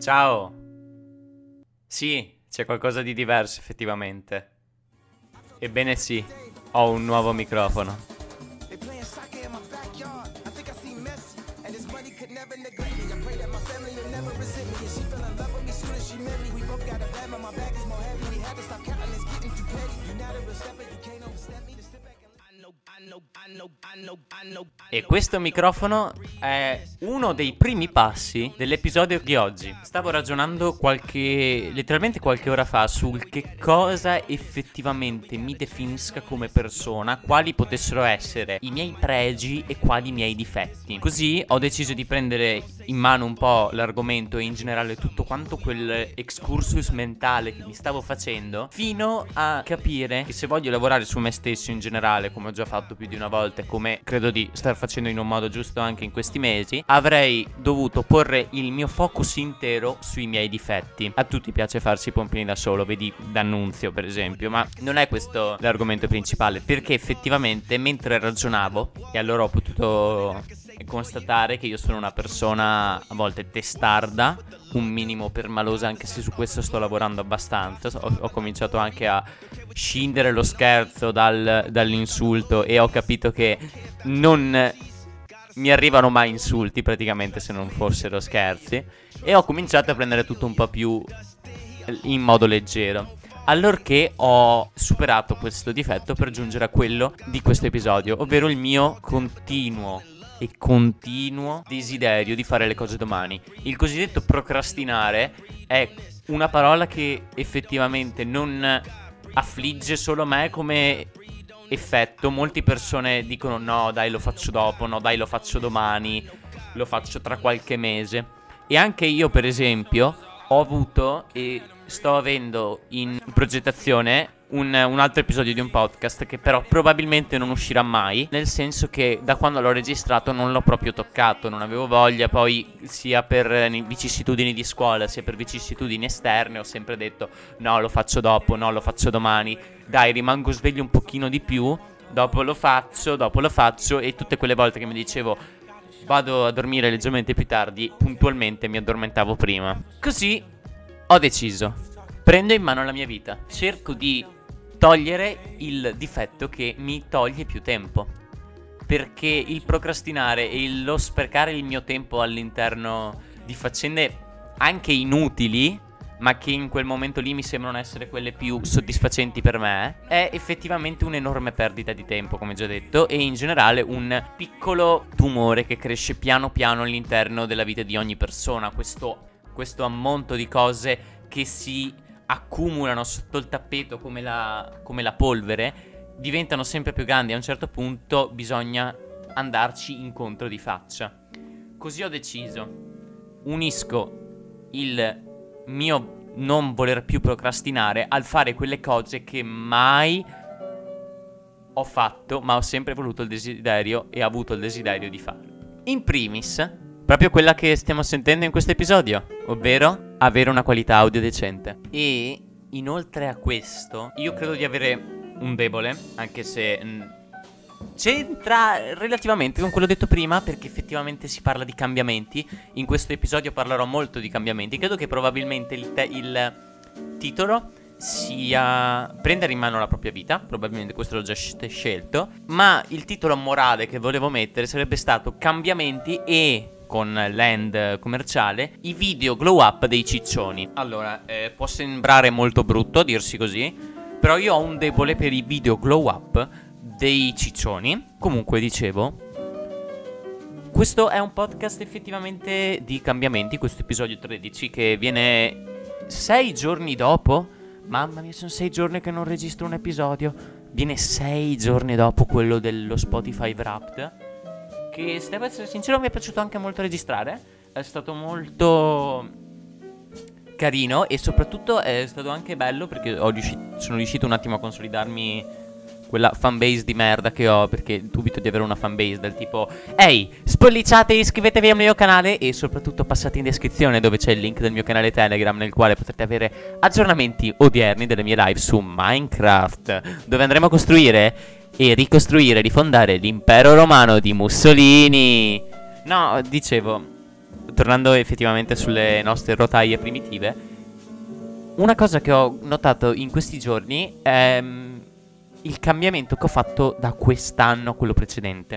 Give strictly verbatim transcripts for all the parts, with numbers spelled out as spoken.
Ciao. Sì, c'è qualcosa di diverso effettivamente. Ebbene sì, ho un nuovo microfono. E questo microfono è uno dei primi passi dell'episodio di oggi. Stavo ragionando qualche, letteralmente qualche ora fa sul che cosa effettivamente mi definisca come persona, quali potessero essere i miei pregi e quali i miei difetti. Così ho deciso di prendere in mano un po' l'argomento e in generale tutto quanto quel excursus mentale che mi stavo facendo, fino a capire che se voglio lavorare su me stesso in generale, come ho già fatto più di una volta e come credo di star facendo in un modo giusto anche in questi mesi, avrei dovuto porre il mio focus intero sui miei difetti. A tutti piace farsi i pompini da solo, vedi D'Annunzio per esempio, ma non è questo l'argomento principale, perché effettivamente mentre ragionavo, e allora ho potuto constatare che io sono una persona a volte testarda, un minimo permalosa, anche se su questo sto lavorando abbastanza. Ho, ho cominciato anche a scindere lo scherzo dal, dall'insulto e ho capito che non mi arrivano mai insulti praticamente se non fossero scherzi, e ho cominciato a prendere tutto un po' più in modo leggero, allorché ho superato questo difetto per giungere a quello di questo episodio, ovvero il mio continuo e continuo desiderio di fare le cose domani. Il cosiddetto procrastinare è una parola che effettivamente non affligge solo me come effetto. Molte persone dicono no dai lo faccio dopo, no dai lo faccio domani, lo faccio tra qualche mese. E anche io per esempio ho avuto e sto avendo in progettazione un, un altro episodio di un podcast che però probabilmente non uscirà mai, nel senso che da quando l'ho registrato non l'ho proprio toccato, non avevo voglia. Poi sia per vicissitudini di scuola sia per vicissitudini esterne ho sempre detto no lo faccio dopo, no lo faccio domani, dai rimango sveglio un pochino di più, dopo lo faccio, dopo lo faccio. E tutte quelle volte che mi dicevo vado a dormire leggermente più tardi, puntualmente mi addormentavo prima. Così ho deciso, prendo in mano la mia vita, cerco di togliere il difetto che mi toglie più tempo, perché il procrastinare e il- lo sprecare il mio tempo all'interno di faccende anche inutili, ma che in quel momento lì mi sembrano essere quelle più soddisfacenti per me, è effettivamente un'enorme perdita di tempo, come già detto, e in generale un piccolo tumore che cresce piano piano all'interno della vita di ogni persona. Questo, questo ammonto di cose che si accumulano sotto il tappeto come la, come la polvere, diventano sempre più grandi. A un certo punto bisogna andarci incontro di faccia. Così ho deciso, unisco il mio non voler più procrastinare al fare quelle cose che mai ho fatto, ma ho sempre voluto il desiderio e avuto il desiderio di fare. In primis, proprio quella che stiamo sentendo in questo episodio, ovvero avere una qualità audio decente. E inoltre a questo, io credo di avere un debole, anche se mh, c'entra relativamente con quello detto prima, perché effettivamente si parla di cambiamenti. In questo episodio parlerò molto di cambiamenti. Credo che probabilmente il, te- il titolo sia prendere in mano la propria vita, probabilmente questo l'ho già sc- scelto, ma il titolo morale che volevo mettere sarebbe stato cambiamenti e, con l'end commerciale, i video glow up dei ciccioni. Allora, eh, può sembrare molto brutto dirsi così, però io ho un debole per i video glow up dei ciccioni. Comunque, dicevo, questo è un podcast effettivamente di cambiamenti, questo episodio tredici, che viene sei giorni dopo. Mamma mia, sono sei giorni che non registro un episodio. Viene sei giorni dopo quello dello Spotify Wrapped, che, se devo essere sincero, mi è piaciuto anche molto registrare. È stato molto carino e soprattutto è stato anche bello perché ho riusci- sono riuscito un attimo a consolidarmi quella fanbase di merda che ho, perché dubito di avere una fanbase del tipo ehi, spolliciate, iscrivetevi al mio canale e soprattutto passate in descrizione dove c'è il link del mio canale Telegram, nel quale potrete avere aggiornamenti odierni delle mie live su Minecraft, dove andremo a costruire e ricostruire, rifondare l'impero romano di Mussolini. No, dicevo, tornando effettivamente sulle nostre rotaie primitive, una cosa che ho notato in questi giorni è mm, il cambiamento che ho fatto da quest'anno a quello precedente.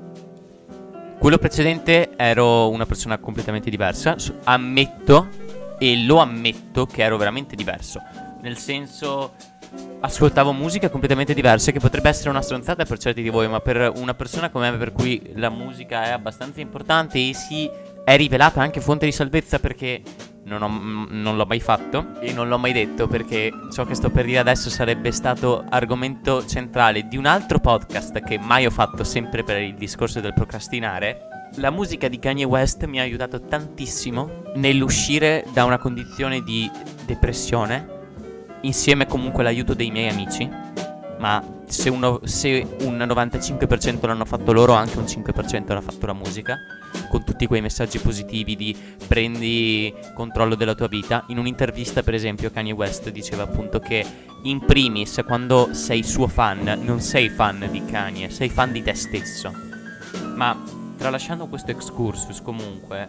Quello precedente ero una persona completamente diversa, s- ammetto, e lo ammetto che ero veramente diverso. Nel senso, ascoltavo musica completamente diversa, che potrebbe essere una stronzata per certi di voi, ma per una persona come me, per cui la musica è abbastanza importante e si è rivelata anche fonte di salvezza, perché non, ho, m- non l'ho mai fatto e non l'ho mai detto, perché ciò che sto per dire adesso sarebbe stato argomento centrale di un altro podcast che mai ho fatto, sempre per il discorso del procrastinare. La musica di Kanye West mi ha aiutato tantissimo nell'uscire da una condizione di depressione, insieme comunque all'aiuto dei miei amici. Ma se, uno, se un novantacinque per cento l'hanno fatto loro, anche un cinque per cento l'ha fatto la musica, con tutti quei messaggi positivi di prendi controllo della tua vita. In un'intervista, per esempio, Kanye West diceva appunto che in primis, quando sei suo fan, non sei fan di Kanye, sei fan di te stesso. Ma tralasciando questo excursus, comunque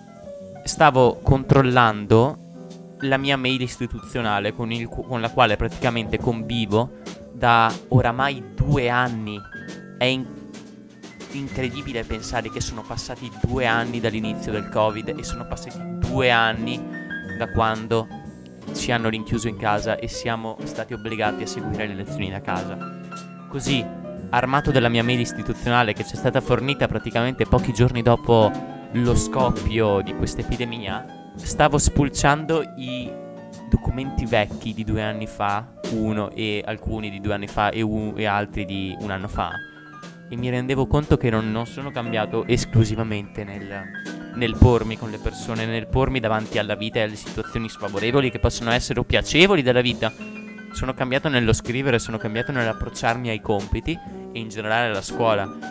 stavo controllando la mia mail istituzionale con, il, con la quale praticamente convivo da oramai due anni. È in- incredibile pensare che sono passati due anni dall'inizio del Covid e sono passati due anni da quando ci hanno rinchiuso in casa e siamo stati obbligati a seguire le lezioni da casa. Così, armato della mia mail istituzionale, che ci è stata fornita praticamente pochi giorni dopo lo scoppio di questa epidemia, stavo spulciando i documenti vecchi di due anni fa, uno e alcuni di due anni fa e, un, e altri di un anno fa, e mi rendevo conto che non, non sono cambiato esclusivamente nel, nel pormi con le persone, nel pormi davanti alla vita e alle situazioni sfavorevoli che possono essere o piacevoli della vita. Sono cambiato nello scrivere, sono cambiato nell'approcciarmi ai compiti e in generale alla scuola.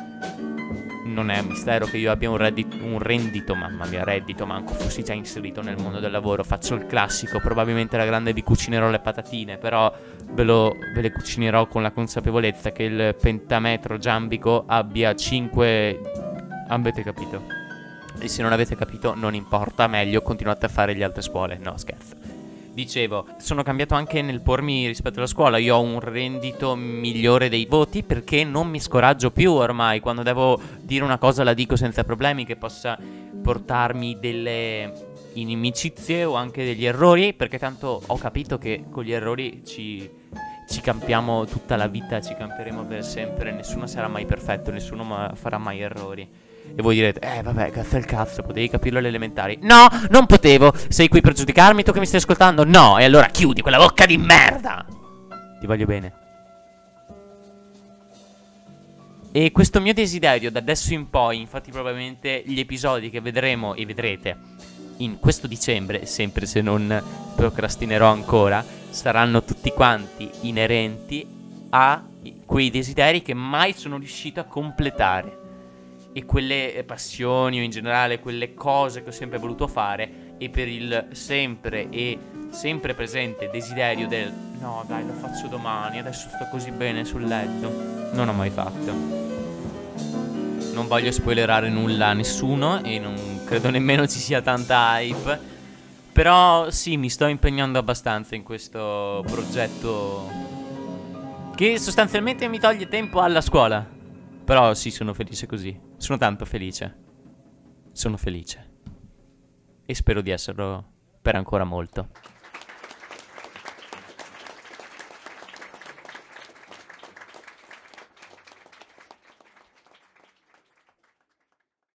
Non è un mistero che io abbia un reddito, un rendito, mamma mia, reddito, manco fossi già inserito nel mondo del lavoro. Faccio il classico, probabilmente la grande vi cucinerò le patatine, però ve, lo, ve le cucinerò con la consapevolezza che il pentametro giambico abbia cinque... Avete capito? E se non avete capito non importa, meglio, continuate a fare le altre scuole. No, scherzo. Dicevo, sono cambiato anche nel pormi rispetto alla scuola. Io ho un rendito migliore dei voti perché non mi scoraggio più ormai. Quando devo dire una cosa la dico senza problemi, che possa portarmi delle inimicizie o anche degli errori, perché tanto ho capito che con gli errori ci, ci campiamo tutta la vita, ci camperemo per sempre. Nessuno sarà mai perfetto, nessuno ma- farà mai errori. E voi direte, eh vabbè, cazzo il cazzo, potevi capirlo alle elementari. No, non potevo. Sei qui per giudicarmi, tu che mi stai ascoltando? No, e allora chiudi quella bocca di merda. Ti voglio bene. E questo mio desiderio da adesso in poi, infatti probabilmente gli episodi che vedremo e vedrete in questo dicembre, sempre se non procrastinerò ancora, saranno tutti quanti inerenti a quei desideri che mai sono riuscito a completare. E quelle passioni o in generale quelle cose che ho sempre voluto fare, e per il sempre e sempre presente desiderio del no dai lo faccio domani, adesso sto così bene sul letto, non ho mai fatto. Non voglio spoilerare nulla a nessuno e non credo nemmeno ci sia tanta hype, però sì, mi sto impegnando abbastanza in questo progetto che sostanzialmente mi toglie tempo alla scuola. Però sì, sono felice così. Sono tanto felice. Sono felice. E spero di esserlo per ancora molto.